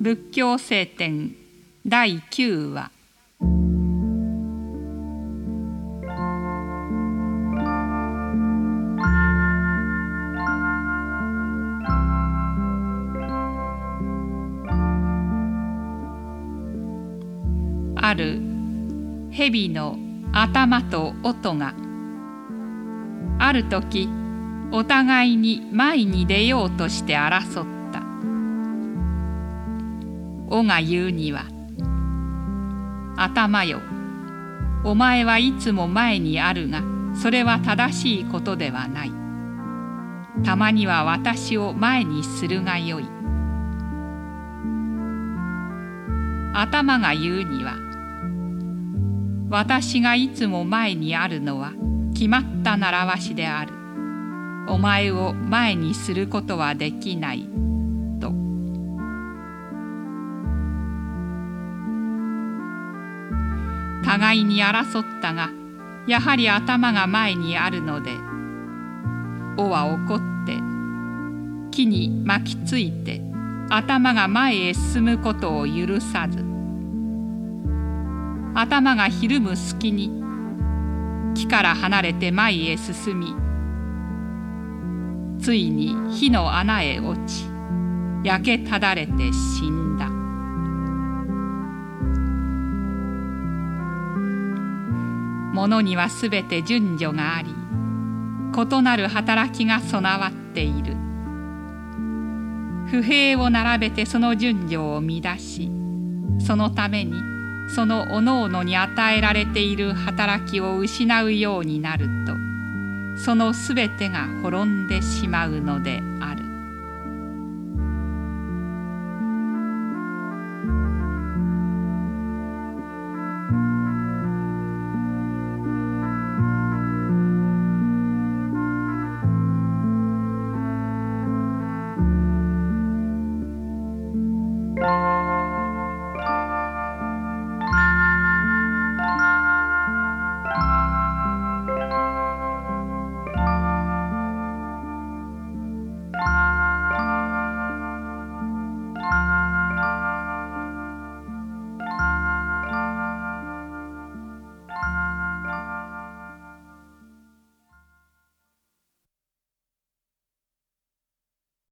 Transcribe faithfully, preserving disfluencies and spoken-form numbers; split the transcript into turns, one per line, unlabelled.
仏教聖典だいきゅうわ。ある蛇の頭と音がある時お互いに前に出ようとして争った。尾が言うには、頭よ、お前はいつも前にあるが、それは正しいことではない。たまには私を前にするがよい。頭が言うには、私がいつも前にあるのは決まった習わしである。お前を前にすることはできない、と。互いに争ったが、やはり頭が前にあるので、尾は怒って木に巻きついて頭が前へ進むことを許さず、頭がひるむ隙に木から離れて前へ進み、ついに火の穴へ落ち、焼けただれて死んだ。物にはすべて順序があり、異なる働きが備わっている。不平を並べてその順序を乱し、そのためにその各々に与えられている働きを失うようになると、そのすべてが滅んでしまうのである。